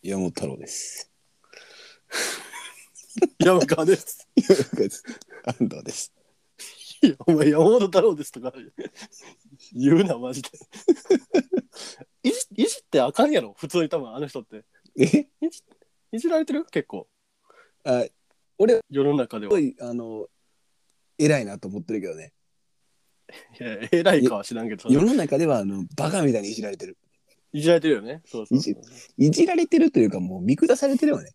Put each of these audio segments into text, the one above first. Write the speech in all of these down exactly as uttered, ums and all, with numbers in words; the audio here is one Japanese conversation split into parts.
山本太郎です。 山川です。 山川です。安藤です。 いやお前山本太郎ですとか言うなマジでいじ、いじってあかんやろ普通に。多分あの人ってえいじ、いじられてる結構あ俺世の中では。いあの偉いなと思ってるけどね。 や偉いかは知らんけど、それ世の中ではあのバカみたいにいじられてる。 いじられてるよね。そうそいうじそう、 いじられてるというかもう見下されてるよね。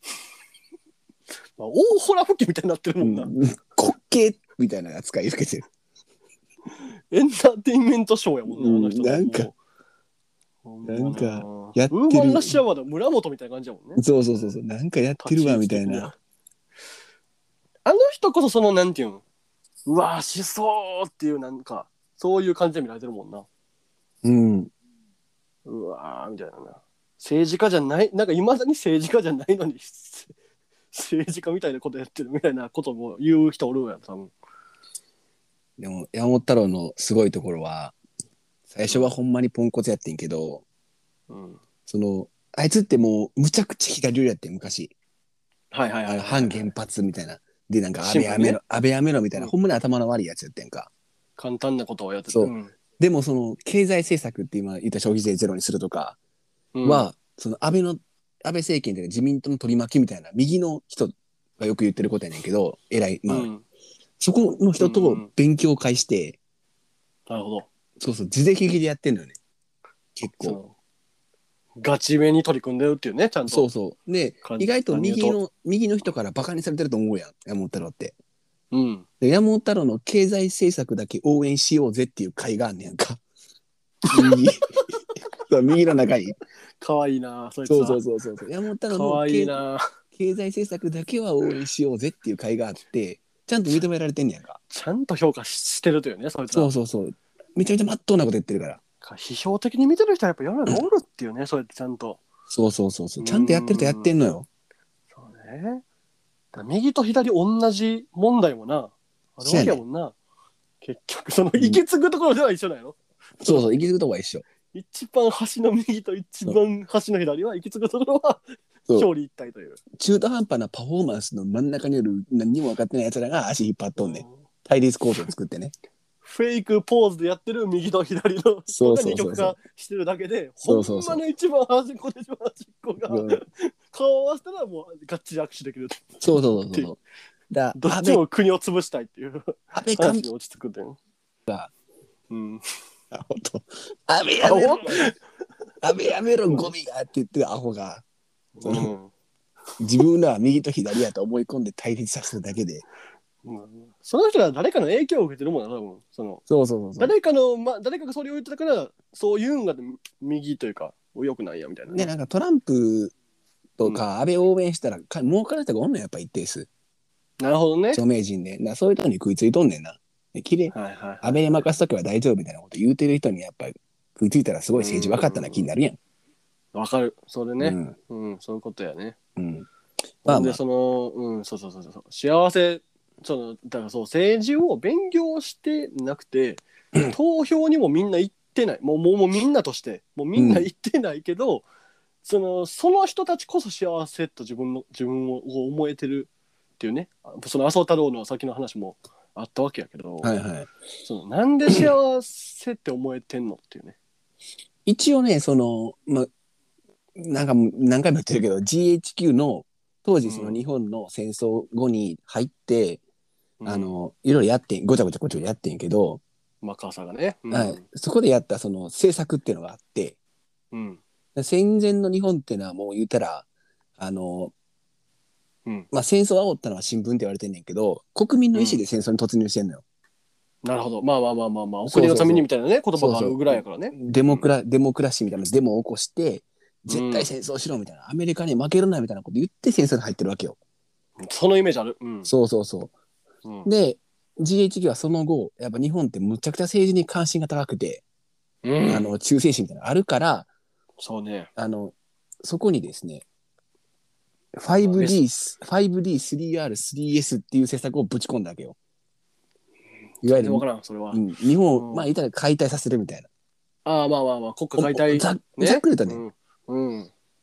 まあ、大ホラ吹きみたいになってるもんな、 うん、滑稽みたいな扱い受けてる。 エンターテインメントショーやもんな、 うんあの人なんかもうなんかウやってる。 ーマンラッシュアワーの村本みたいな感じやもんね。 そうそうそうそうなんかやってるわみたいな。 あの人こそそのなんていうん、うわーしそうっていうなんかそういう感じで見られてるもんな。 うんうわーみたいなな。政治家じゃない、なんかいまだに政治家じゃないのに政治家みたいなことやってるみたいなことも言う人おるやん多分。 でも山本太郎のすごいところは最初はほんまにポンコツやってんけど、 うん、 そのあいつってもうむちゃくちゃ左寄りやってん昔。 はいはいはいはい、はい、 反原発みたいなでなんか安倍やめろ、 シンプルね、 安倍やめろみたいな、 うん、 ほんまに頭の悪いやつやってんか。 簡単なことをやってた。 そう、 うん、 でもその経済政策って今言った消費税ゼロにするとかは、 うん、 その安倍の安倍政権で自民党の取り巻きみたいな右の人がよく言ってることやねんけど、偉いまあ、うん、そこの人と勉強会して、 うん、なるほど。 そうそう地できでやってんのよね結構。 ガチめに取り組んでるっていうね、ちゃんと。 そうそうで意外と右の右の人からバカにされてると思うやん山本太郎って。 うん、 で山本太郎の経済政策だけ応援しようぜっていう会があんねやんか。右そう右の中に。 かわいいなそいつは。 そうそうそうそう山本太郎のかわいいな経済政策だけは応援しようぜっていう会があってちゃんと認められてんねやんか。 ちゃんと評価してるというね、そいつら。 そうそうそうめちゃめちゃまっとうなこと言ってるから。 批評的に見てる人はやっぱ世の中おるっていうね、そうやってちゃんと。 そうそうそうそうちゃんとやってるとやってんのよ。 そうね。だ右と左同じ問題もなあるわけやもんな、ね、結局その行き継ぐところでは一緒だよ、 うん、そうそう行き継ぐとこは一緒。 一番端の右と一番端の左は行き継ぐところは表裏一体という中途半端なパフォーマンスの真ん中にいる何にも分かってないやつらが足引っ張っとんねん。対立構造を作ってね。 フェイクポーズでやってる右と左の人が二極化してるだけで、ほんまの一番端っこで一番端っこが、うん、顔を合わせたらもうがっちり握手できる。 そうそうそうそう。 だどっちも国を潰したいっていう安倍話に落ち着くっていうが、 うん、 アホと安倍やめろ安倍やめろゴミがって言ってるアホが、うん、自分らは右と左やと思い込んで対立させるだけで、 うん、その人が誰かの影響を受けてるもんな、多分そのそうそうそうそう誰かの、ま、誰かがそれを言ってたからそういうんが右というか良くないやみたいなね。なんかトランプとか安倍応援したら、うん、儲から人がおんのやっぱ一定数。 なるほどね。 著名人でなそういう人に食いついとんねんな。きれい、はいはいはい、安倍に任せとけば大丈夫みたいなこと言うてる人にやっぱり食いついたらすごい政治分かったな気になるやん。 わかるそれね、うんうん、そういうことやね。うん、 まあ、まあ、 でその、うん、そうそうそうそう幸せそのだからそう政治を勉強してなくて投票にもみんな行ってない、もうもうもうみんなとしてもうみんな行ってないけど、うん、そのその人たちこそ幸せと自分の自分を思えてるっていうね、その麻生太郎の先の話もあったわけやけど、 はいはい、 そのなんで幸せって思えてんのっていうね。 一応ねそのまなんか何回も言ってるけど ジーエイチキュー の当時その日本の戦争後に入って、うん、あのいろいろやってんごちゃごちゃごちゃやってんけど、 マッカーサーがね、 うんはい、そこでやったその政策っていうのがあって、うん、戦前の日本っていうのはもう言ったらあの、うんまあ、戦争を煽ったのは新聞って言われてんねんけど国民の意思で戦争に突入してんのよ。 うん、なるほど。まあまあまあまあまあお国のためにみたいなね言葉があるぐらいやからね。 そうそうデモクラ、デモクラシーみたいなデモを起こして絶対戦争しろみたいな、うん、アメリカに負けるなみたいなこと言って戦争に入ってるわけよ。 そのイメージある、うん、 そうそうそう、うん、で ジーエイチキュー はその後やっぱ日本ってむちゃくちゃ政治に関心が高くて、うん、あの忠誠心みたいなのあるからそうねあのそこにですね ファイブディー、ファイブディー、スリーアール、スリーエス っていう施策をぶち込んだわけよ。いわゆる分からんそれは、 うん、日本を、うん、まあ言ったら解体させるみたいな。 ああまあまあまあ国家解体、 ざ, ざっくりとね、 うんうん、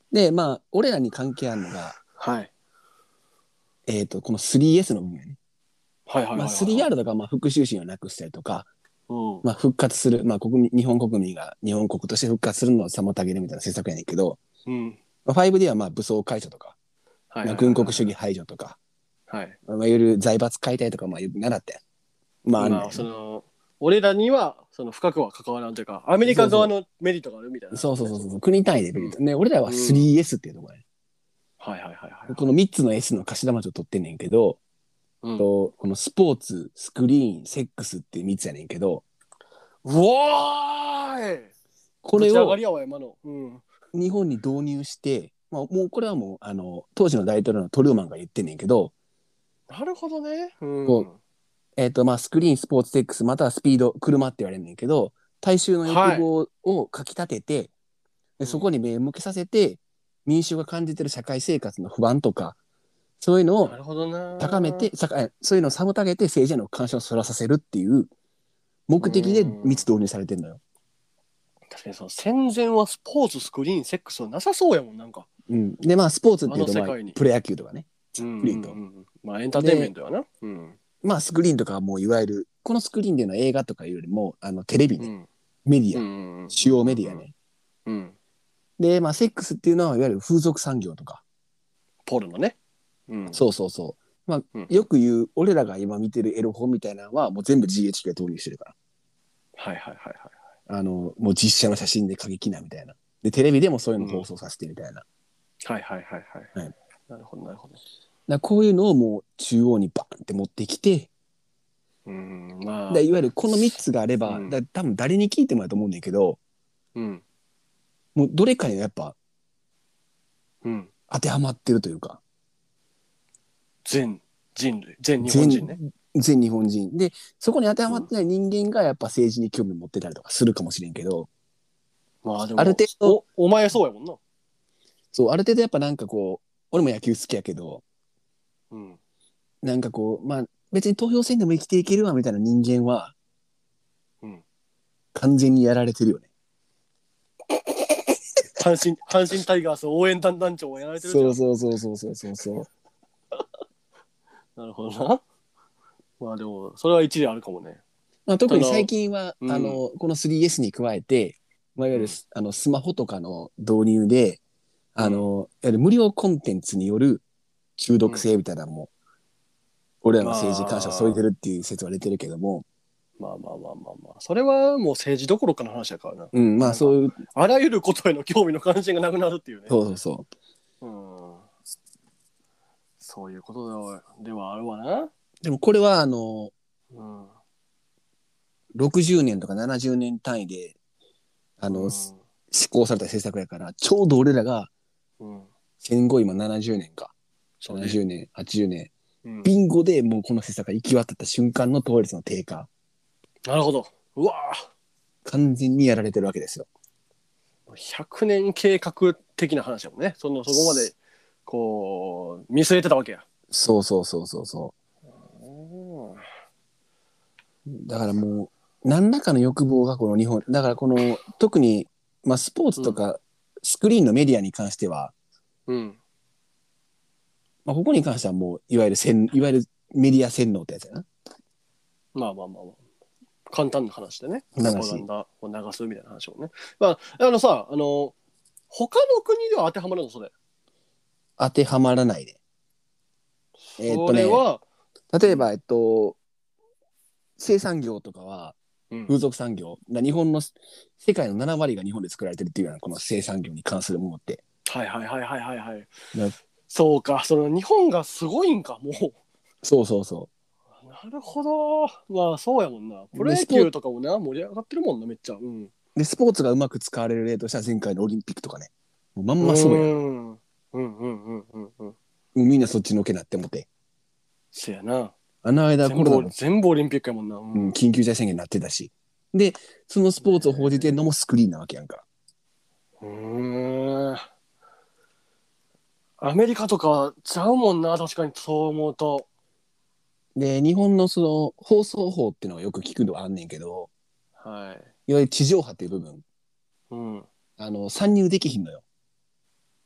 で、まあ、俺らに関係あるのが、 はい。 えっ、と、この スリーエス の部分やね。 はいはいはいまあ、 はいはい。 スリーアール とか、まあ、復讐心をなくしたりとか、 うん。 まあ、復活する、まあ、国民、日本国民が日本国として復活するのを妨げるみたいな政策やねんけど、 うん。 まあ、ファイブディー はまあ武装解除とか、まあ、 はいはいはいはい。 軍国主義排除とか、 はい。 まあ、いわゆる財閥解体とか、まあ、よく習ってまあ、あんまあ、 だよね。 その、俺らには、その深くは関わらんというか、アメリカ側そうそのメリットがあるみたいなう。 話ね。 そうそうそうそう。国単位で見ると。ね、俺らはうん。 スリーエス っていうところね。 はいはいはいはいこのはい。 みっつの S の頭文字を取ってんねんけど、 うん。 とこのスポーツ、スクリーン、セックスっていうみっつやねんけど、 うわーいぶち上がこれをりやわ、今の。うん。 日本に導入して、まあ、もうこれはもうあの当時の大統領のトルーマンが言ってんねんけど、 なるほどね。うこうん。 えーとまあ、スクリーン、スポーツ、セックス、またはスピード、車って言われるんだけど、大衆の欲はい。 望をかきたてて、でそこうん。 に目を向けさせて、民衆が感じている社会生活の不安とか、そういうのをなるほど高めて、 な。 さかそういうのを妨げて政治への関心をそらさせるっていうう目的でみっつん。 導入されてるのよ。 確かにその戦前はスポーツ、スクリーン、セックスはなさそうやもん、なんか。 うん、で、まあ、スポーツっあていうと、まあ、 の世界に。 プロ野球とかね、ざうんうんっくり言うと。 うん。まあエンターテインメンで、 トやな。うん。 まあ、スクリーンとかはもういわゆる、このスクリーンっていうのは映画とかいうよりも、あのテレビね、 うん。 メディア、 うんうんうん主要メディアうんね。 うん。うん。 で、まあ、セックスっていうのは、いわゆる風俗産業とか。 ポルノね。うん。 そうそうそう。まあ、 うん。 よく言う、俺らが今見てるエロ本みたいなのは、もう全部 ジーエイチケー 投入してるから。 はいはいはいはい。 あの、もう実写の写真で過激なみたいな。で、テレビでもそういうの放送させてみたいな。 はいはいはいはい。 はい。 なるほどなるほど。 だこういうのをもう中央にバーンって持ってきて、 うん、まあ、 でいわゆるこのみっつがあれば、 うん、 だ多分誰に聞いてもやと思うんだけど、 うん、 もうどれかにやっぱうん。 当てはまってるというか、 全人類、全日本全人ね。 全日本人で、そこに当てはまうん。 ってない人間がやっぱ政治に興味持ってたりとかするかもしれんけど、あるまあでも、 程度、 お、お前そうやもんな。 そう、ある程度やっぱなんかこう、俺も野球好きやけど、 うん。 なんかこう、まあ別に投票戦でも生きていけるわみたいな人間はうん。 完全にやられてるよね。 阪神、阪神タイガース応援団団長をやられてるじゃん。 そうそうそうそうそうそうそう。 なるほどな。まあでも、それは一理あるかもね。 まあ、特に最ただ、 近は、 うん、 あのこの スリーエス に加えて、まあ、いわゆる、 うん、 あのスマホとかの導入で、あのうん、 いわゆる無料コンテンツによる中うん。 毒性みたいなのも、俺らのま政治に関しては添えてあ、 るっていう説は出てるけども、 まあまあまあまあまあ。それはもう政治どころかの話やからな。 うん、まあなんか、 そういう、 あらゆることへの興味の関心がなくなるっていうね。 そうそうそうん。そういうことではではあるわな。 う。でもこれは、あの、 うん。 ろくじゅうねんとかななじゅうねん単位で、あの、 うん。 施行された政策やから、ちょうど俺らがうん。 戦後今ななじゅうねんか、70 そうね。 年、はちじゅうねん、 うん。 ビンゴでもうこの施策が行き渡った瞬間の投票率の低下、 なるほど。うわ完全にやられてるわけですよ。 ぁ。ひゃくねん計画的な話やもんね。その、そこまで、こう、見据えてたわけや。 そうそうそうそうそうん。 う。だからもう、何らかの欲望がこの日本、だからこの、特に、まあ、スポーツとか、スクリーンのメディアに関しては、 うん。 まあ、ここに関してはもう、いわゆる洗、いわゆるメディア洗脳ってやつやな。 まあまあまあまあ。簡単な話でね。プロパガン話。 ダを流すみたいな話をね。まあ、あのさ、あの、他の国では当てはまるの、それ。 当てはまらないで。えーっそとね、 れは、 例えば、えっと、生産業とかは、 うん。 風俗産業、だ日本の、世界のなな割が日本で作られてるっていうような、この生産業に関するものって。 はいはいはいはいはいはい。 だそうか、その日本がすごいんか、もう。 そうそうそなるほど。まあそうやもんな。プう。 ロ野でスポーツ球とかもな、盛り上がってるもんな、めっちゃ。うん。 で、スポーツがうまく使われる例としては前回のオリンピックとかね。もうまんうまそうやん。もん。うんうんうんうんうん。 うみんなそっちのけなって思って。 せやな。 あの間コ全部、 ロナの、 全部オリンピックやもんな。ううん、 ん。 緊急事態宣言になってたし。で、そのスポーツを報じてるのもスクリーンなわけやんか。 うーん。アメリカとかちゃうもんな、確かにそう思うと。 で、日本のその放送法っていうのはよく聞くのはあんねんけど、 はい。 いわゆる地上波っていう部分、 うん。 あの、参入できひんのよ。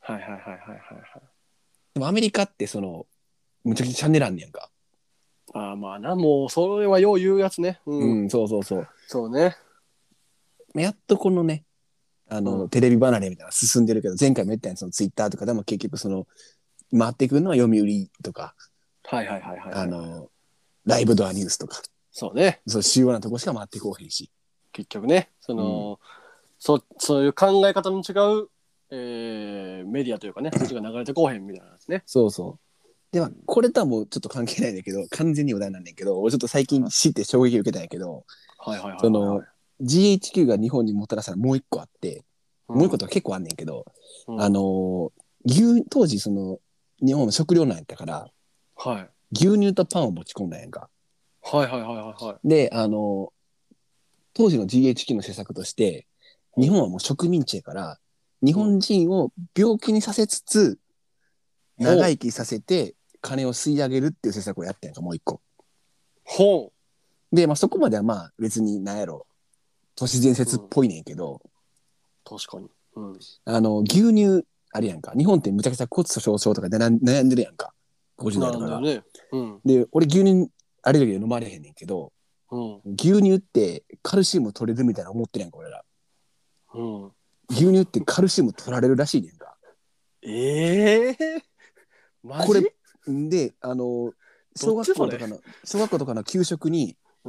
はいはいはいはいはいはい。 でもアメリカってそのむちゃくちゃチャンネルあんねやんか。 ああまあな、もうそれはよう言うやつね。うん。 うん、そうそうそう。 そうね。 やっとこのね、あの、 うん。 テレビ離れみたいなの進んでるけど、前回も言ったようにそのツイッターとかでも結局その、回ってくるのは読売とか、 はいはいはいはいはい、はい。 あの、ライブドアニュースとか、 そうね。 そう主要なとこしか回ってこうへんし。 結局ね、その、うん、そそういう考え方の違う、えー、メディアというかね、そっちが流れてこうへんみたいなやつね。 そうそう。では、これとはもうちょっと関係ないんだけど、完全に話題なんだけど、俺ちょっと最近知って衝撃を受けたんやけど、 はいはいはいはい、はい、 その、ジーエイチキュー が日本にもたらしたらもう一個あって、うん、もう一個とか結構あんねんけど、うん、あの、牛、当時その、日本の食糧難やったから、 はい、 牛乳とパンを持ち込んだんやんか。 はいはいはいはいはい。 で、あの、当時の ジーエイチキュー の施策として、日本はもう植民地やから、日本人を病気にさせつつ、長生きさせて金を吸い上げるっていう施策をやってんやんか、もう一個。 ほう。で、まあそこまではまあ別に何やろ、都市伝説っぽいねんけど、 うん、確かに。うん、 あの、牛乳、あれやんか。日本ってむちゃくちゃ骨粗鬆症とかで悩んでるやんか。ごじゅう代とかが。 ね、うん、 で、俺牛乳アレルギーで飲まれへんねんけど、うん、牛乳ってカルシウム取れるみたいな思ってるやんか、俺ら。うん、牛乳ってカルシウム取られるらしいねんか。 ええー、マジ？ これ、で、あの、小学校とかの、小学校とかの給食に、 うん、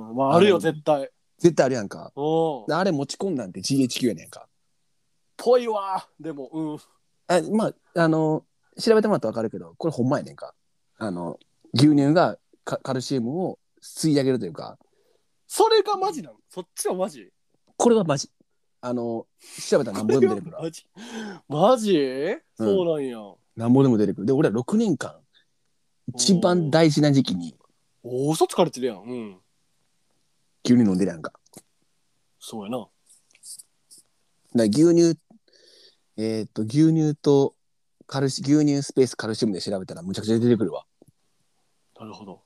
まああるよ、絶対。 絶対あるやんか。あれ持ち込んだんって ジーエイチキュー やねんか。 ぽいわ。でも、うん。 あ、まあ、あの、調べてもらったら分かるけど、これほんまやねんか。あの、牛乳がカカルシウムを吸い上げるというか。 それがマジなの？そっちはマジ？ これはマジ。あの、調べたらなんぼでも出てくる。 マジマジ、うん、そうなんや。 なんぼでも出てくる。で、俺はろくねんかん、一番大事な時期に。 おお、嘘つかれてるやん。うん。 牛乳飲んでるやんか。 そうやな。 だ牛乳、えー、っと、牛乳とカルシ、牛乳スペースカルシウムで調べたらむちゃくちゃ出てくるわ。 なるほど。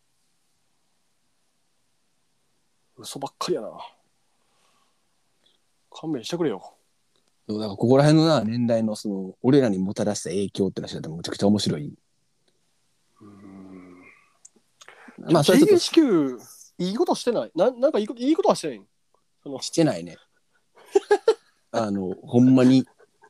嘘ばっかりやな。勘弁してくれよ。 だからここら辺のな年代のその俺らにもたらした影響ってのは知られてむちゃくちゃ面白い。うーん。 まあそれちょっと ジーエイチキュー いいことしてない。ななんかいいこといいことはしてない。 そのしてないね。あのほんまに。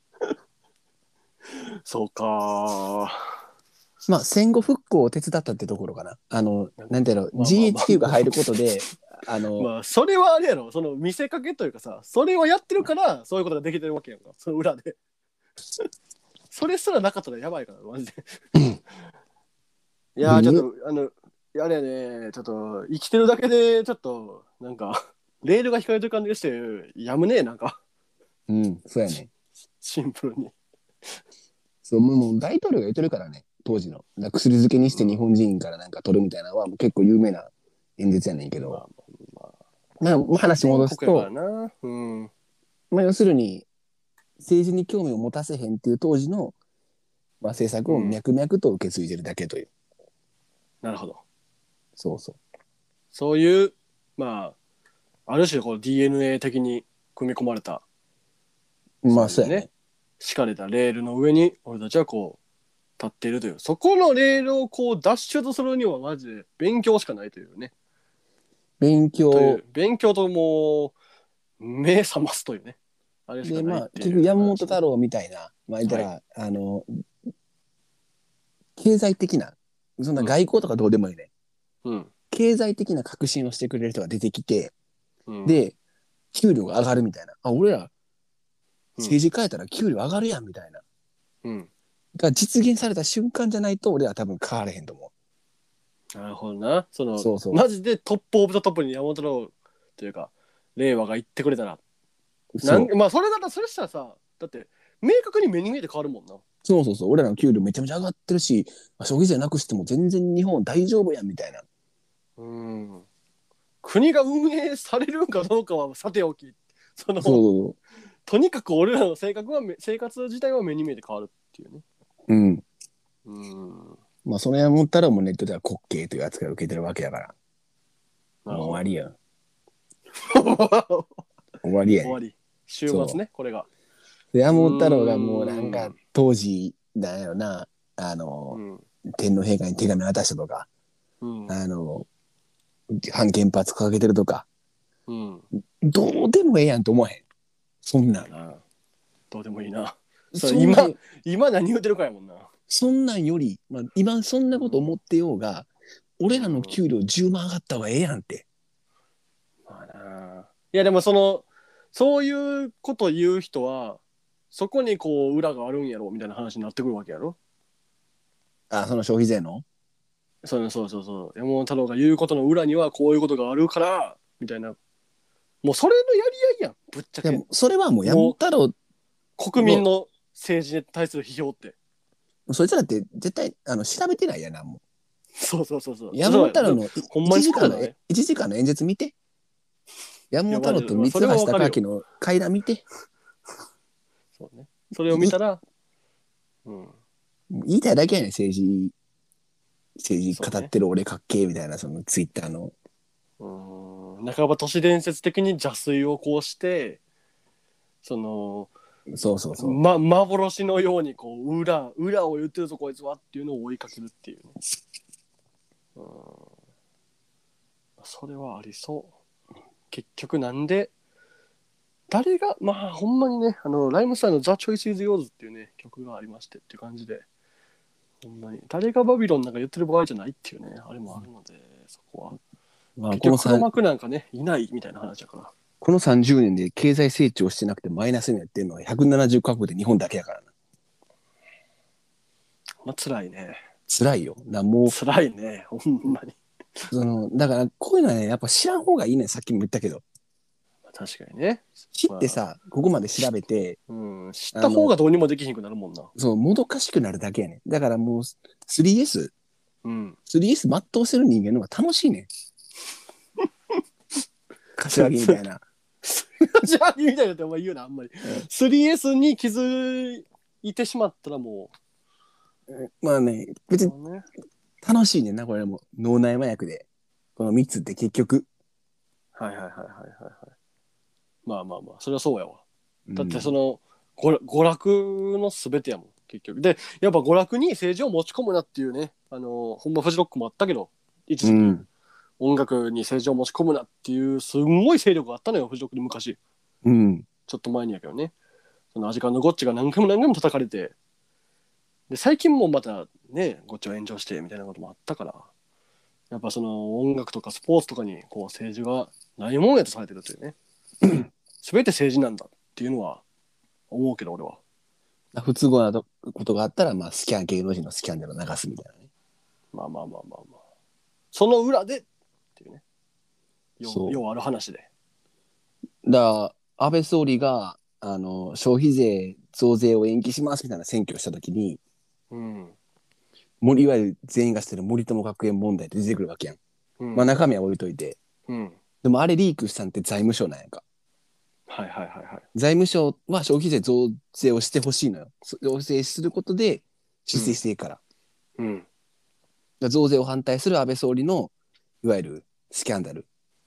そうか。 まあ戦後復興を手伝ったってところかな。あのなんていうの、まあまあまあ、ジーエイチキュー が入ることで。あのまあそれはあれやろ、その見せかけというかさ、それをやってるからそういうことができてるわけやんか、その裏で。それすらなかったらやばいからマジで。いやーちょっとあのあれやね、ちょっと生きてるだけでちょっとなんかレールが引かれてる感じがしてやむねえなんか。 うん、そうやね。 シンプルに。 そうもう大統領が言ってるからね、当時の薬漬けにして日本人からなんか取るみたいなのはもう結構有名な演説やねんけど。まあまあまあ、話戻すと、うん、まあ、要するに政治に興味を持たせへんっていう当時の、まあ、政策を脈々と受け継いでるだけという、 うん、なるほど。 そうそうそういうまあある種こう ディーエヌエー 的に組み込まれた、 まあそうやね、 敷かれたレールの上に俺たちはこう立っているという、そこのレールをこう脱出するにはマジで勉強しかないというね。 勉強という勉強ともう目覚ますというね。あれしかないっていう。でまあ結局山本太郎みたいな、まあ言ったら、はい、あの経済的なそんな外交とかどうでもいいね、うん、経済的な革新をしてくれる人が出てきて、うん、で給料が上がるみたいな、あ俺ら政治変えたら給料上がるやんみたいな、うん、が実現された瞬間じゃないと俺は多分変われへんと思う。 なるほどな。そのそうそうマジでトップオブザトップに山本太郎というか令和が言ってくれたらなんまあそれだったらそれしたらさ、だって明確に目に見えて変わるもんな。 そうそうそう、俺らの給料めちゃめちゃ上がってるし、消費税なくしても全然日本大丈夫やんみたいな。 うん。国が運営されるんかどうかはさておき、そのそうとにかく俺らの性格は生活自体は目に見えて変わるっていうね。 うん。うん。まあそれ思ったらもうネットでは滑稽という扱いを受けてるわけだから。もう終わりや。終わりや、ね。 終わり。週末ねこれが。 山本太郎がもうなんか当時なんやろな、あの、うん、天皇陛下に手紙渡したとか、うん、あの反原発掲げてるとか、うん、どうでもええやんと思わへん。そんなんな。 どうでもいいな。そ今今何言うてるかやもんな。 そんなんより、まあ、今そんなこと思ってようが、うん、俺らの給料じゅうまん上がった方がええやんって。 まあな。いやでもそのそういうこと言う人はそこにこう裏があるんやろみたいな話になってくるわけやろ。 あ、その消費税のそうそうそうそう。山本太郎が言うことの裏にはこういうことがあるからみたいな。もうそれのやり合いやん、ぶっちゃけ。 それはもう山本太郎国民の政治に対する批評って。 そいつらって絶対あの調べてないやな、もう。 そうそうそうそう。 山本太郎のいちじかんのいちじかんの演説見て。山本太郎と三橋貴明の会談見て。 そうね。それを見たら、 うん、言いたいだけやねん、政治政治語ってる俺かっけえみたいな、そのツイッターの。 うん、半ば都市伝説的に邪推をこうしてそのそうそうそう、 ま、幻のようにこう裏裏を言ってるぞこいつはっていうのを追いかけるっていうね。うん、それはありそう。結局なんで誰がまあほんまにね、あのライムスターの The Choice is Yours っていうね曲がありましてっていう感じで、ほんまに誰がバビロンなんか言ってる場合じゃないっていうねあれもあるので、そこは、まあ、結局黒幕なんかねいないみたいな話だから。 このさんじゅうねんで経済成長してなくてマイナスになってるのはひゃくななじゅうカ国で日本だけやからな。 まあ辛いね。 辛いよ。なもう辛いねほんまに。 そのだからこういうのはねやっぱ知らん方がいいね。さっきも言ったけど。 確かにね。 知ってさ、まあ、ここまで調べて、 うん、知った方がどうにもできひんくなるもんな。 そうもどかしくなるだけやね。だからもう スリーエス、うん、スリーエス 全うしてる人間の方が楽しいねん。柏木みたいな。 柏木みたいなってお前言うなあんまり。うん、スリーエス に気づいてしまったらもう。まあね別に楽しいねんなこれも脳内麻薬でこのみっつって結局。 はいはいはいはいはいはい。まあまあまあそれはそうやわ。だってその、うん、娯楽の全てやもん結局で。やっぱ娯楽に政治を持ち込むなっていうね、あのほんまフジロックもあったけど一時期、うん、音楽に政治を持ち込むなっていうすんごい勢力があったのよフジロックに昔、うん、ちょっと前にやけどね。そのアジカンのゴッチが何回も何回も叩かれて、で最近もまたねゴッチを炎上してみたいなこともあったから、やっぱその音楽とかスポーツとかにこう政治がないもんやとされてるというね全て政治なんだっていうのは思うけど俺は。 不都合なことがあったら、まあ、スキャン芸能人のスキャンダルを流すみたいなね。 まあまあまあまあまあ。その裏でっていうね。ようある話で。 だから安倍総理があの消費税増税を延期しますみたいな選挙をしたときに、うん、いわゆる全員がしてる森友学園問題って出てくるわけやん。うん、まあ中身は置いといて、うん、でもあれリークしたんって財務省なんやんか。 はいはいはいはい。 財務省は消費税増税をしてほしいのよ。増税することで出世していくから。うん。うん、増税を反対する安倍総理のいわゆるスキャンダル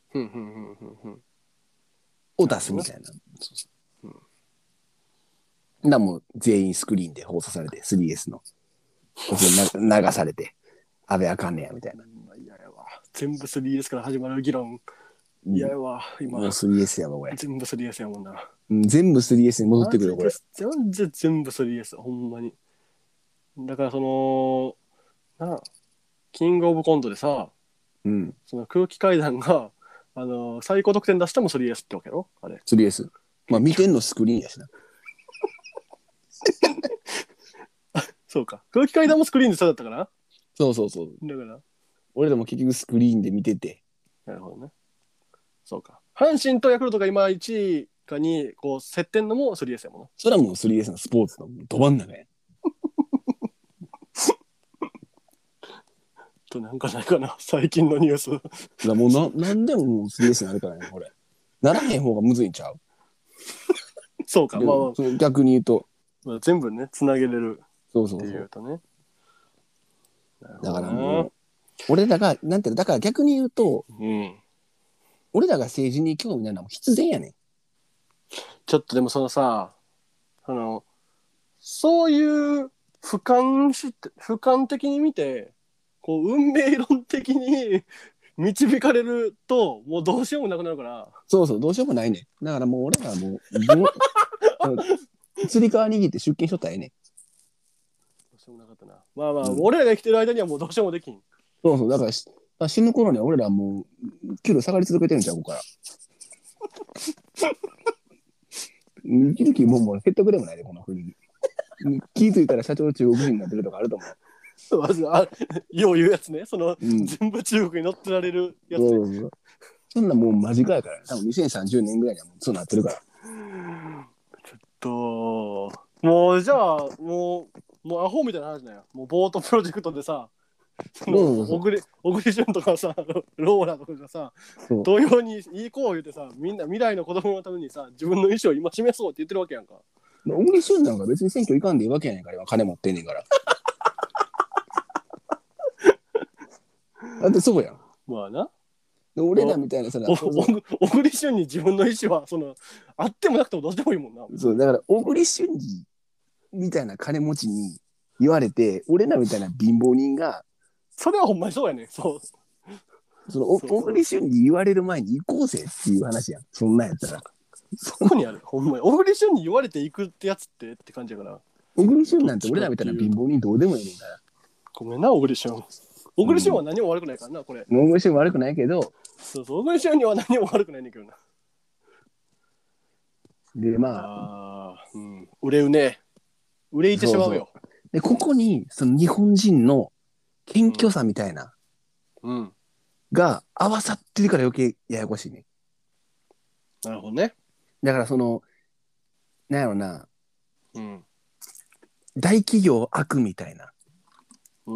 を出すみたいな。そうそう。うん、だもう全員スクリーンで放送されて スリーエス の流されて安倍あかんねやみたいな。 いややわ。全部 スリーエス から始まる議論。いやわ今もう スリーエス やわこれ。 全部 スリーエス やもんな。 うん、全部 スリーエス に戻ってくるよこれ。 全然全部 スリーエス ほんまに。だからそのなキングオブコントでさ、うん、その空気階段があの最高得点出しても スリーエス ってわけやろあれ。 スリーエス。まあ見てんのスクリーンやしな。 そうか。空気階段もスクリーンでそうだったかな。 そうそうそう。 だから俺らも結局スクリーンで見てて。 なるほどね。そうか。阪神とヤクルトが今いちいかにこう競ってんのも スリーエス やもんな。 それはもう スリーエス のスポーツのど真ん中や。 となんかないかな最近のニュース。 だもうな何でももう スリーエス になるからねこれ。ならへん方がむずいんちゃう。 そうか。まあ逆に言うと、 まあ、全部ねつなげれるっていうとね。そうそうそうだからもう俺らがなんていうのだから逆に言うと、うん、俺らが政治に興味ないのは必然やねん。 ちょっとでもそのさあのそういう俯瞰し俯瞰的に見てこう運命論的に導かれるともうどうしようもなくなるから。 そうそう、どうしようもないね。だからもう俺らはもうつり革握って出勤しとったらええね。 どうしようもなかったな。まあまあ、うん、俺らが生きてる間にはもうどうしようもできん。 そうそう、だから死ぬ頃には俺らはもう給料下がり続けてるんちゃうここから。生きる気ももう減ったくれもないでこの国に。気づいたら社長中国人になってるとかあると思う。 まずあよう言うやつね、その、うん、全部中国に乗ってられるやつ、ね、 そうそうそう、そんなもう間近やから、多分にせんさんじゅうねんぐらいにはもうそうなってるから。 ちょっともうじゃあもうもうアホみたいな話だよ。もうボートプロジェクトでさ、その小栗小栗旬とかさローラとかがさ同様にいい子を言うてさ、みんな未来の子供のためにさ自分の意思を今示そうって言ってるわけやんか。 小栗旬なんか別に選挙行かんでいいわけやねんから今金持ってんねんからだってそうやん。 まあな。 俺らみたいなその小栗旬に自分の意思はそのあってもなくてもどうしてもいいもんな。 そうだから小栗旬みたいな金持ちに言われて、俺らみたいな貧乏人がそれはほんまにそうやね。そうその小栗旬に言われる前に行こうぜっていう話やん。そんなんやったらそこにある。ほんまに小栗旬に言われていくってやつってって感じやから。 小栗旬なんて俺らみたいな貧乏人どうでもいいねんから。 ごめんな小栗旬。小栗旬は何も悪くないからな、これ。 小栗旬悪くないけど、 そうそう、小栗旬には何も悪くないねんけどな。 でまあ、あ、うん、売れうね売れいてしまうよ。 そうそうでここにその日本人の謙虚さみたいな、 うん、 が合わさってるから余計ややこしいね。 なるほどね。 だからそのなんやろな、 うん、 大企業悪みたいな。 うん。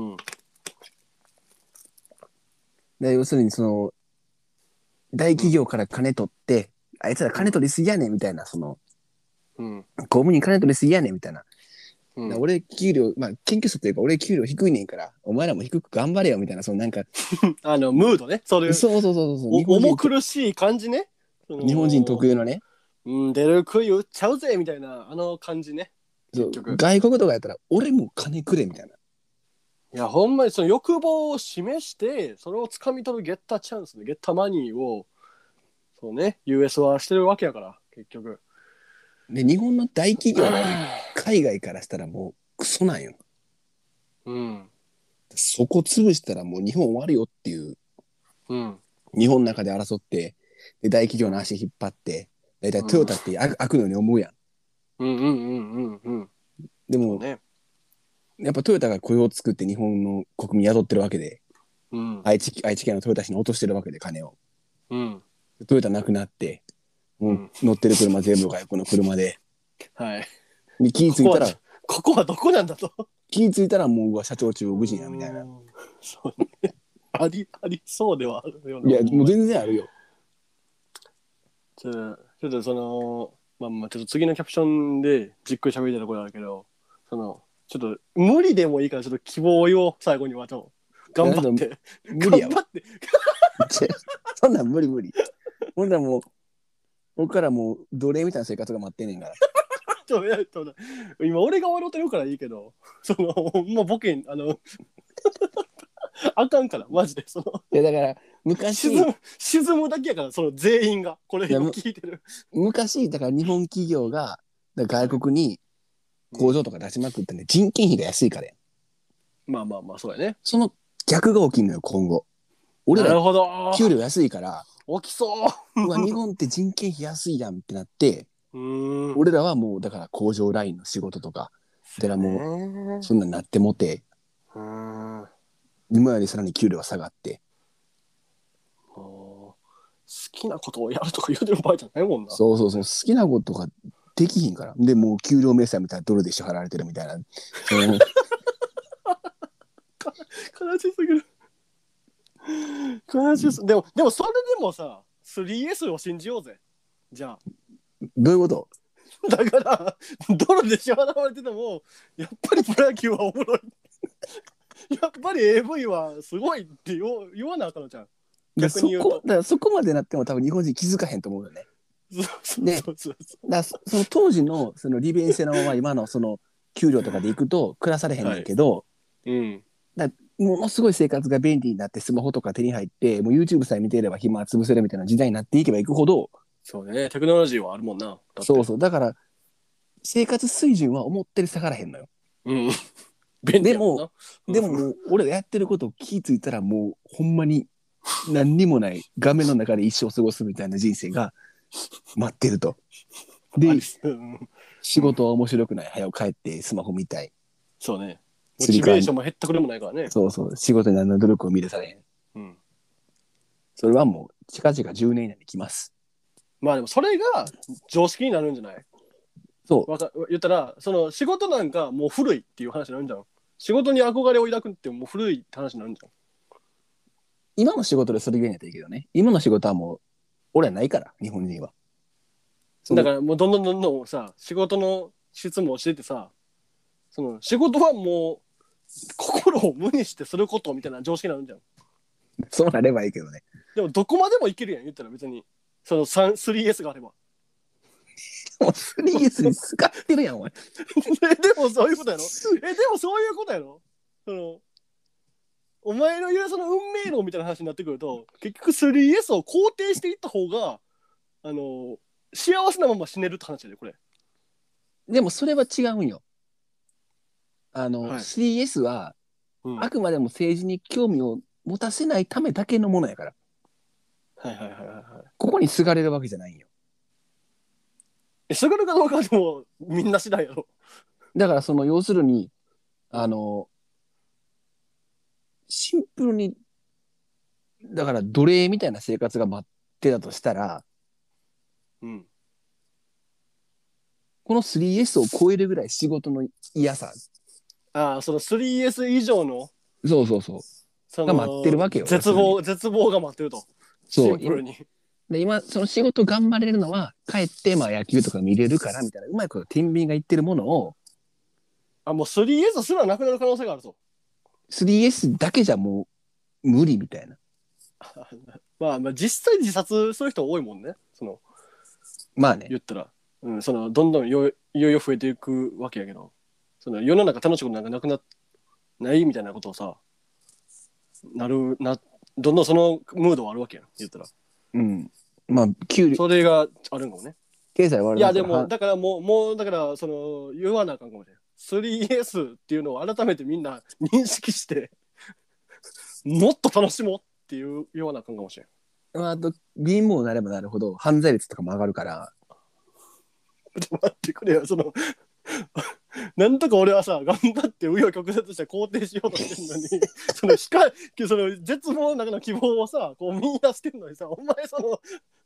で要するにその大企業から金取って、うん、あいつら金取りすぎやねんみたいな、その、うん、公務員金取りすぎやねんみたいな。うん、俺給料、まあ謙虚さというか俺給料低いねんからお前らも低く頑張れよみたいな、そのなんかあのムードね、それ。 そうそうそうそう、 重苦しい感じね。 日本人特有のね、 うん、出る杭打っちゃうぜみたいなあの感じね。 結局外国とかやったら俺も金くれみたいな。 いやほんまにその欲望を示してそれを掴み取るゲッターチャンスでゲッターマニーをそうね ユーエス はしてるわけやから結局。 で日本の大企業が海外からしたらもうクソなんよ。うん。そこ潰したらもう日本終わるよっていう。うん。日本の中で争ってで大企業の足引っ張ってだいたいトヨタって悪、うん、悪のように思うやん。うんうんうんうんうん。でも、ね、やっぱトヨタが雇用を作って日本の国民雇ってるわけで、うん、愛知愛知県のトヨタ市に落としてるわけで金を。うん。トヨタなくなって。もう乗ってる車全部外国の車で、はい。で気ぃついたらここはどこなんだと。 気ぃついたらもううわ社長中国人やみたいな。 そうね。ありありそうではあるよね。 いやもう全然あるよ。 ちょっとちょっとそのまあまあちょっと次のキャプションでじっくり喋りたいところあるけど、そのちょっと無理でもいいからちょっと希望を言おう最後にはちょっと頑張って無理やわ。 頑張って。 そんなん無理無理。ほんならもう僕からもう奴隷みたいな生活が待ってんねんから。 ちょっと今俺が笑ってるからいいけど、そのもうボケあのあかんからマジでその。 いやだから昔沈む、沈むだけやからその全員がこれ今聞いてる。 昔だから日本企業が外国に工場とか出しまくってね、人件費が安いからや。 まあまあまあそうやね。 その逆が起きんのよ今後。俺ら給料安いから。 起きそううわ日本って人件費安いやんってなってうーん俺らはもうだから工場ラインの仕事とかだからもうそんなんなってもてうーん今よりさらに給料が下がって好きなことをやるとか言うてる場合じゃないもんな。 そうそうそう好きなことができひんからでもう給料明細みたいなドルで支払われてるみたいな悲しすぎる悲しすでもでもそれでもさ スリーエス を信じようぜじゃあ。 どういうこと？ だからドルで支払われててもやっぱりプロ野球はおもろいやっぱり エーブイ はすごいって言わなあかんのじゃん。逆に言うとそこだからそこまでなっても多分日本人気づかへんと思うよね。 で、だその当時のその利便性のまま今のその給料とかでいくと暮らされへんねんけど、はい、うん、だものすごい生活が便利になってスマホとか手に入ってもう YouTube さえ見ていれば暇潰せるみたいな時代になっていけばいくほど、 そうね、テクノロジーはあるもんな。 そうそう、だから生活水準は思ってる下がらへんのよ。 うん。 でも、でももう俺がやってることを気ぃついたらもうほんまに何にもない画面の中で一生過ごすみたいな人生が待ってると。で、仕事は面白くない。早く帰ってスマホ見たい。 そうね。モチベーションも減ったくれもないからね。 そうそう。仕事に何の努力を見出されへん。うん。それはもう近々じゅうねん以内に来ます。 まあでもそれが常識になるんじゃない？そう。わか言ったらその仕事なんかもう古いっていう話になるんじゃん。仕事に憧れを抱くってもう古いって話になるんじゃん。 今の仕事でそれ言えないといいけどね。今の仕事はもう俺はないから日本人は。 だからもうどんどんどんどんさ仕事の質も教えてさ、その仕事はもう心を無にしてすることみたいな常識になるんじゃん。 そうなればいいけどね。 でもどこまでもいけるやん言ったら別にその スリーエス があれば。 もう スリーエス に使ってるやんお前。 でもそういうことやろ。えでもそういうことやろ。そのお前の言うその運命論みたいな話になってくると結局 スリーエス を肯定していった方があの幸せなまま死ねるって話やでこれ。 でもそれは違うんよ。あの、はい、スリーエス は、うん、あくまでも政治に興味を持たせないためだけのものやから。 はいはいはいはい。 ここにすがれるわけじゃないんよ。 え、すがるかどうかでもみんな次第やろ。 だからその要するにあのシンプルにだから奴隷みたいな生活が待ってたとしたら、うん、この スリーエス を超えるぐらい仕事の嫌さ、 ああその スリーエス 以上のそうそうそうそが待ってるわけよ。 絶望絶望が待ってると。シンプルに。 で今その仕事頑張れるのは帰ってまあ野球とか見れるからみたいなうまいこと天秤が言ってるものを、 あもう スリーエス すらなくなる可能性があると。 スリーエス だけじゃもう無理みたいな。 まあまあ実際自殺する人多いもんね。そのまあね言ったら、うん、そのどんどんよいよいよ増えていくわけやけど、その世の中楽しいことなんかなくなないみたいなことをさなるなどんどんそのムードはあるわけやん言ったら。 うんまあ給料それがあるんかもね。 経済悪い。 いやでもだからもうもうだからその言わなあかんかもしれない。スリーエス っていうのを改めてみんな認識してもっと楽しもうっていうようなあかんかもしれん。 まあ、あと貧乏になればなるほど犯罪率とかも上がるから。 ちょっと待ってくれよそのなんとか俺はさ頑張って紆余曲折して肯定しようとしてんのにその光その絶望の中の希望をさこう見出してんのにさお前その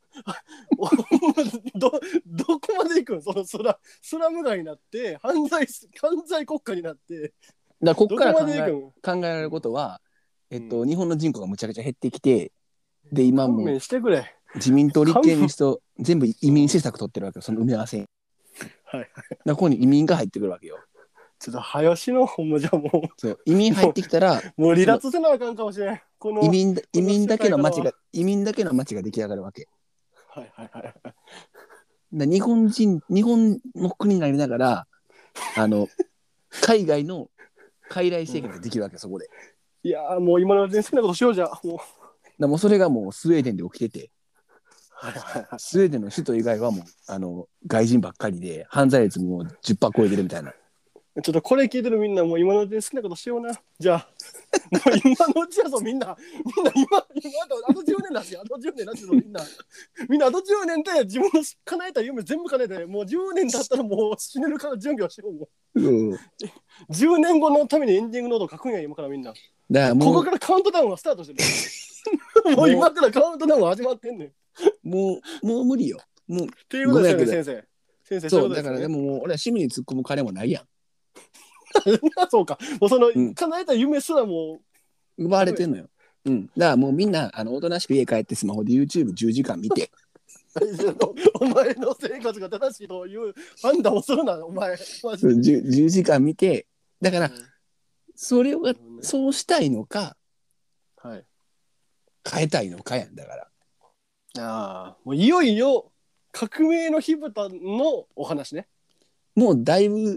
どどこまで行くんそのスラスラム街になって犯罪犯罪国家になってだここから考え、考えられることは、えっと、うん、日本の人口がむちゃくちゃ減ってきてで今も自民党立憲民主党全部移民政策取ってるわけよその埋め合わせ。はいはい、だここに移民が入ってくるわけよ。 ちょっと早しのほんまじゃもうそう移民入ってきたらもう離脱せなあかんかもしれん。この移民移民だけの町が移民だけの町が出来上がるわけ。 はいはいはい。 だ日本人日本の国になりながらあの海外の傀儡生活ができるわけ、うん、そこで。 いやもう今のうちに好きなことしようじゃもう。 だもうそれがもうスウェーデンで起きてて。スウェーデンの首都以外はもうあの外人ばっかりで犯罪率も じゅっパーセント 超えてるみたいな。 ちょっとこれ聞いてるみんなもう今のうちに好きなことしような。じゃあもう今のうちやぞみんなみんな今今あとじゅうねんだしあとじゅうねんだしみんなみんなあとじゅうねんで自分の叶えた夢全部叶えてもうじゅうねん経ったらもう死ねるから準備をしようもう、うん、じゅうねんごのためにエンディングノートを書くんや今からみんな。だからもうここからカウントダウンはスタートしてるもう今からカウントダウンは始まってんねん。 もう、もう無理よ。もう。 っていうことですよね、先生。先生、 そう、だからでももう、俺は趣味に突っ込む金もないやん。 そうか。もうその、うん、叶えた夢すらもう。奪われてんのよ。うん。だからもうみんな、あの、おとなしく家帰ってスマホで ユーチューブじゅうじかん見て。 お前の生活が正しいという判断をするな、お前。 マジで 10, じゅうじかん見て、だから、うん、それを、そうしたいのか、はい。変えたいのかやんだから。 ああ、もういよいよ革命の火蓋のお話ね。 もうだいぶ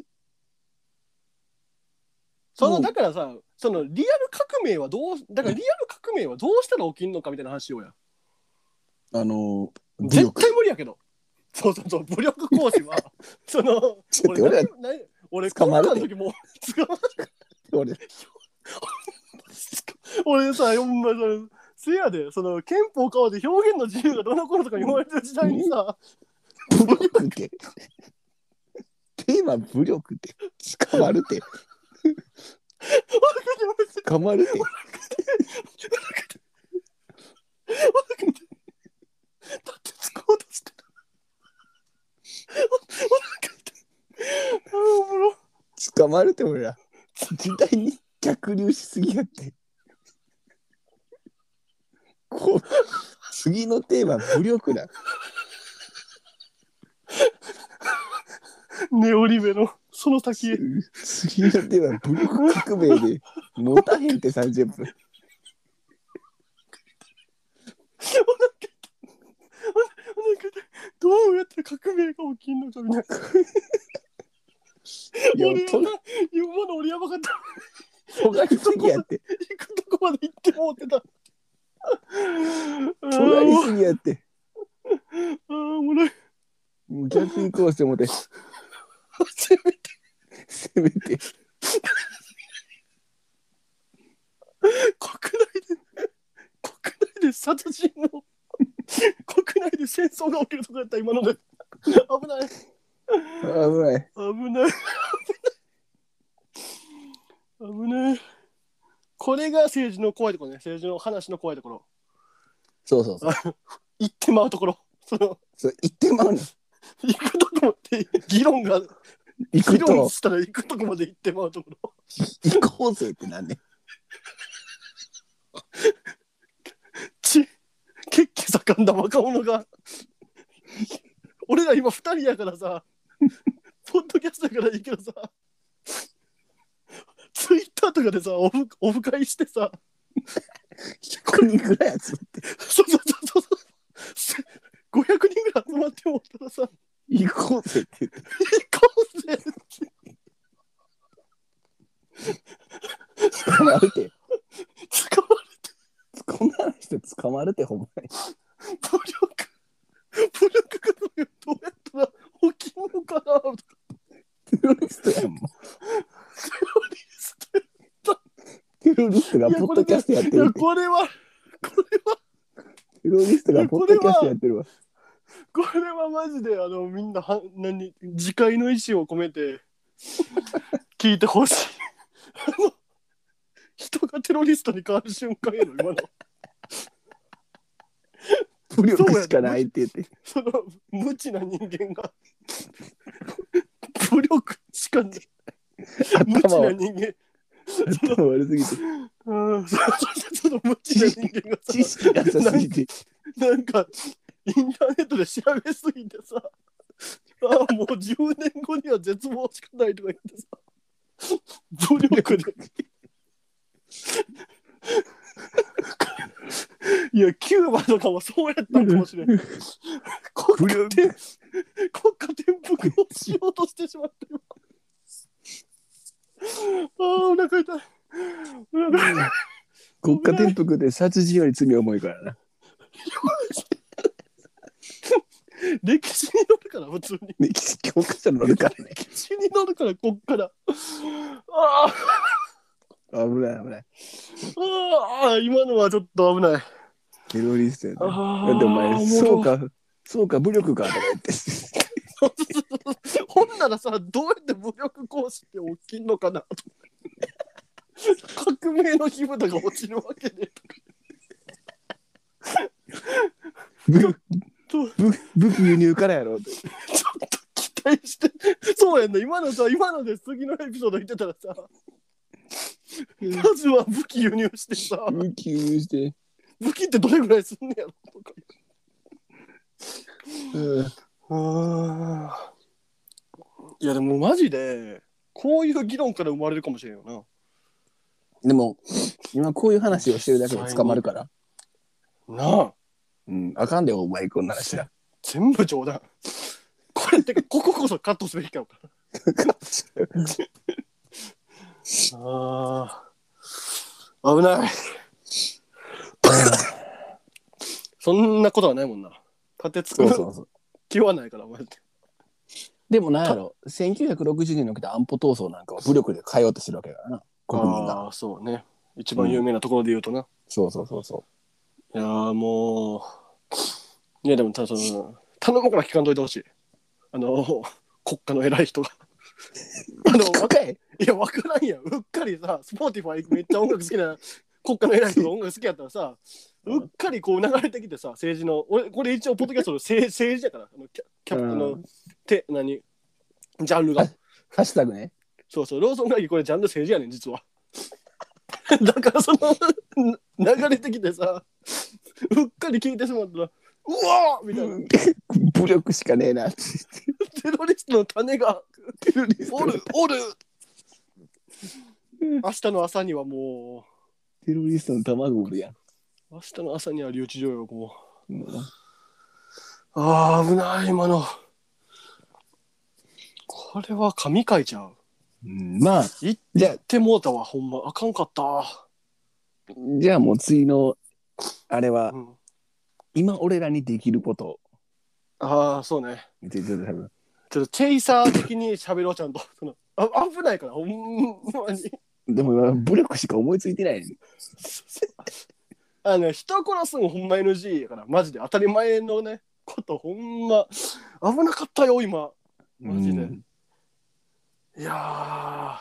そのだからさ、そのリアル革命はどうだからリアル革命はどうしたら起きんのかみたいな話をや。 あのー、 絶対無理やけど。そうそうそう、武力行使はその俺俺俺捕まるの時も捕まる俺俺さ、ほんまさ、せやで、その憲法変わって表現の自由がどの頃とか言われてる時代にさ、 武力ってテーマ武力って捕まるって捕まるってだって使おうとしてた。あおもろ。 捕まるって俺ら時代に逆流しすぎやってこう次のテーマ武力だ。 ネオリベのその先へ。 次のテーマ武力革命で持たへんってさんじゅっぷん。 どうやったら革命が起きんのかみたいな。俺はな、今の俺やばかった。 とがりすぎやって。 行くとこまで行ってもうてた。 とがりすぎやって。 ああ、おもろい。 逆にこうしてもて。 せめて。 せめて。 国内で、国内で殺人を、国内で戦争が起きるとこやった今ので。危ない。 危ない。 危ない。危ない。これが政治の怖いところね。政治の話の怖いところ。 そうそうそう。 言ってまうところ。そのそう言ってまうの。 行くとこまで議論が行くと議論したら行くとこまで行ってまうところ。 行こうぜってなんね。 ち血気盛んだ若者が。俺ら今ふたりやからさ、ポッドキャストやからいいけどさ、ツイッターとかでさ、オフ、オフ会してさ、 ひゃくにんぐらい集まって。 そうそうそうそう、ごひゃくにんぐらい集まってもったらさ、 行こうぜって言って。 行こうぜって。 捕まるって。 捕まるって。 こんな人捕まるってほんまに。 武力。武力革命どうやったら起きんのかなとか。 テロリストやんもん。 テロリストやった。 テロリストがポッドキャストやってる。いやこれはこれはテロリストがポッドキャストやってるわ。 これはマジであのみんなは何自戒の意思を込めて聞いてほしい。あの人がテロリストに変わる瞬間やろ今の。 武力しかないって言って。 その無知な人間が武力しかない。無知な人間。 頭悪すぎて。 うん、その無知な人間がさ、 知識なさすぎて。 なんかインターネットで調べすぎてさ、ああもうじゅうねんごには絶望しかないとか言ってさ、武力で。いや、キューバとかもそうやったかもしれん。国家転国家転覆をしようとしてしまったよ。ああ、お腹痛い。 国家転覆で殺人より罪重いからな。 歴史に乗るから普通に。 歴史教科書に乗るからね。 歴史に乗るからこっから。ああ。危ない危ない。 ああ、今のはちょっと危ない。 テロリストやな。だってお前そうかそうか武力かとか言って。 ほんならさ、どうやって武力行使って起きんのかなと。革命の火蓋が落ちるわけで。 武武器輸入からやろうって。 ちょっと期待して。そうやんな、今のさ、今ので次のエピソード言ってたらさ、まずは武器輸入してさ、 武器輸入して。 武器ってどれぐらいすんねやろとか。 うん。 あいやでもマジでこういう議論から生まれるかもしれんよな。 でも今こういう話をしてるだけで捕まるからなあ。 うん、あかんでお前こんな話だ。 全部冗談。これってかこここそカットすべきかもか。ああ、危ない。そんなことはないもんな。立てつく気はないからマジで。 でもなんやろ、せんきゅうひゃくろくじゅうねんに起きた安保闘争なんかは武力で変えようとしてるわけだからな、国民が。 ああ、そうね。一番有名なところで言うとな。うん、 そうそうそうそう。 いやーもう、いやでもたその頼むから聞かんといてほしい。あの国家の偉い人が。あの若いいや分からんやん。うっかりさ、スポーティファイめっちゃ音楽好きな国家の偉い人が音楽好きやったらさ、うっかりこう流れてきてさ、政治の俺これ一応ポッドキャストの政政治だから、あのキャキャプテンのて何ジャンルがハッシュタグね。 そうそう、ローソン会議これジャンル政治やねん実は。だからその流れてきてさ、うっかり聞いてしまったら、うわーみたいな。 武力しかねえなって。 テロリストの種がおるおる。明日の朝にはもうテロリストの卵おるやん。 明日の朝には留置場よもう。うん、あー危ない今の。これは神回ちゃう。 うん、まあ言ってもうたわほんまあかんかった。 じゃあもう次のあれは、うん、今俺らにできること。 ああそうね。 ちょっと多分ちょっとチェイサー的に喋ろうちゃんと。そのあ危ないからほんまに。 でも武力しか思いついてない、ね。 あの人殺すのほんま エヌジー やからマジで当たり前のねことほんま危なかったよ今マジで。うん、いや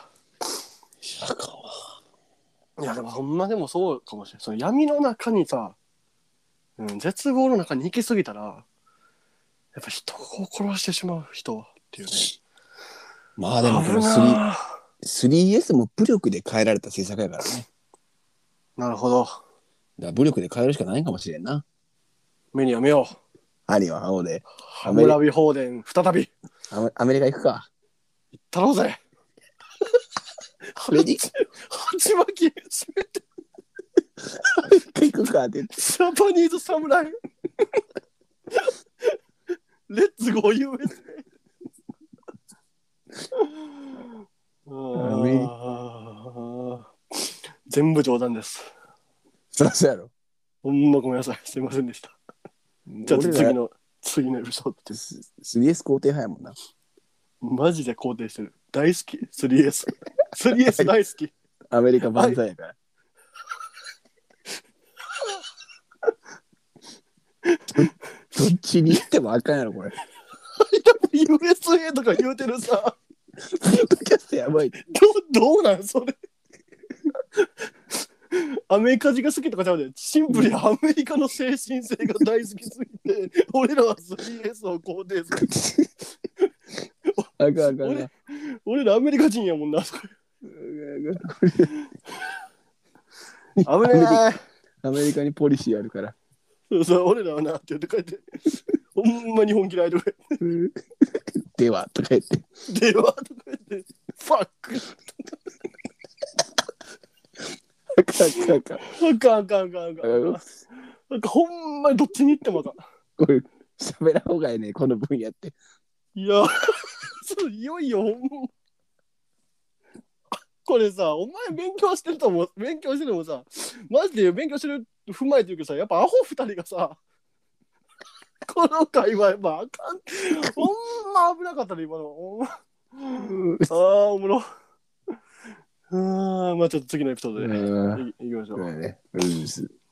ーいやでもほんまでもそうかもしれない。その闇の中にさ、うん、絶望の中に行き過ぎたらやっぱ人を殺してしまう人っていうね。 まあでもこの スリー スリーエス も武力で変えられた政策やからね。 なるほど。だから武力で変えるしかないかもしれんな。 目にやめよう。 針は青で。 ハムラビ放電再び。 アメリカ行くか。 行ったろうぜ。 レディ鉢巻き閉めて。 行くかって言って。 ジャパニーズサムライ。レッツゴー ユーエスエー。あ全部冗談です。 そりゃそうやろ。 ほんまごめんなさい。すいませんでした。じゃあ次の次のエピソードです。 スリーエス 肯定派やもんな。 マジで肯定してる。大好き スリーエス。スリーエス 大好き。 アメリカ万歳やから。どっちに行ってもあかんやろこれ。 ユーエスエー とか言うてるさ。 ポッドキャストやばい。どどうなんそれ。アメリカ人が好きとかちゃうで、シンプルにアメリカの精神性が大好きすぎて、俺らは スリーエス を肯定する。 あかんあかんあかん。 俺、俺らアメリカ人やもんな。危ねえ。アメリカにポリシーあるから。 そうそう、俺らはなって言って書いて、ほんま日本嫌いとか言って。 ではとか言って。 ではとか言って。ファック。 あかんあかんあかんあかんあかんあかん。なんかほんまにどっちに行ってもあかん。 これ喋らんほうがいいねこの分野って。 いや、そういよいよほんま。これさ、お前勉強してると思う、勉強してるのもさ、マジで勉強してる踏まえてるけどさ、やっぱアホ二人がさ、この会話やっぱあかん。ほんま危なかったね、今の。ああ、おもろ。うん、まあちょっと次のエピソードでいきましょう。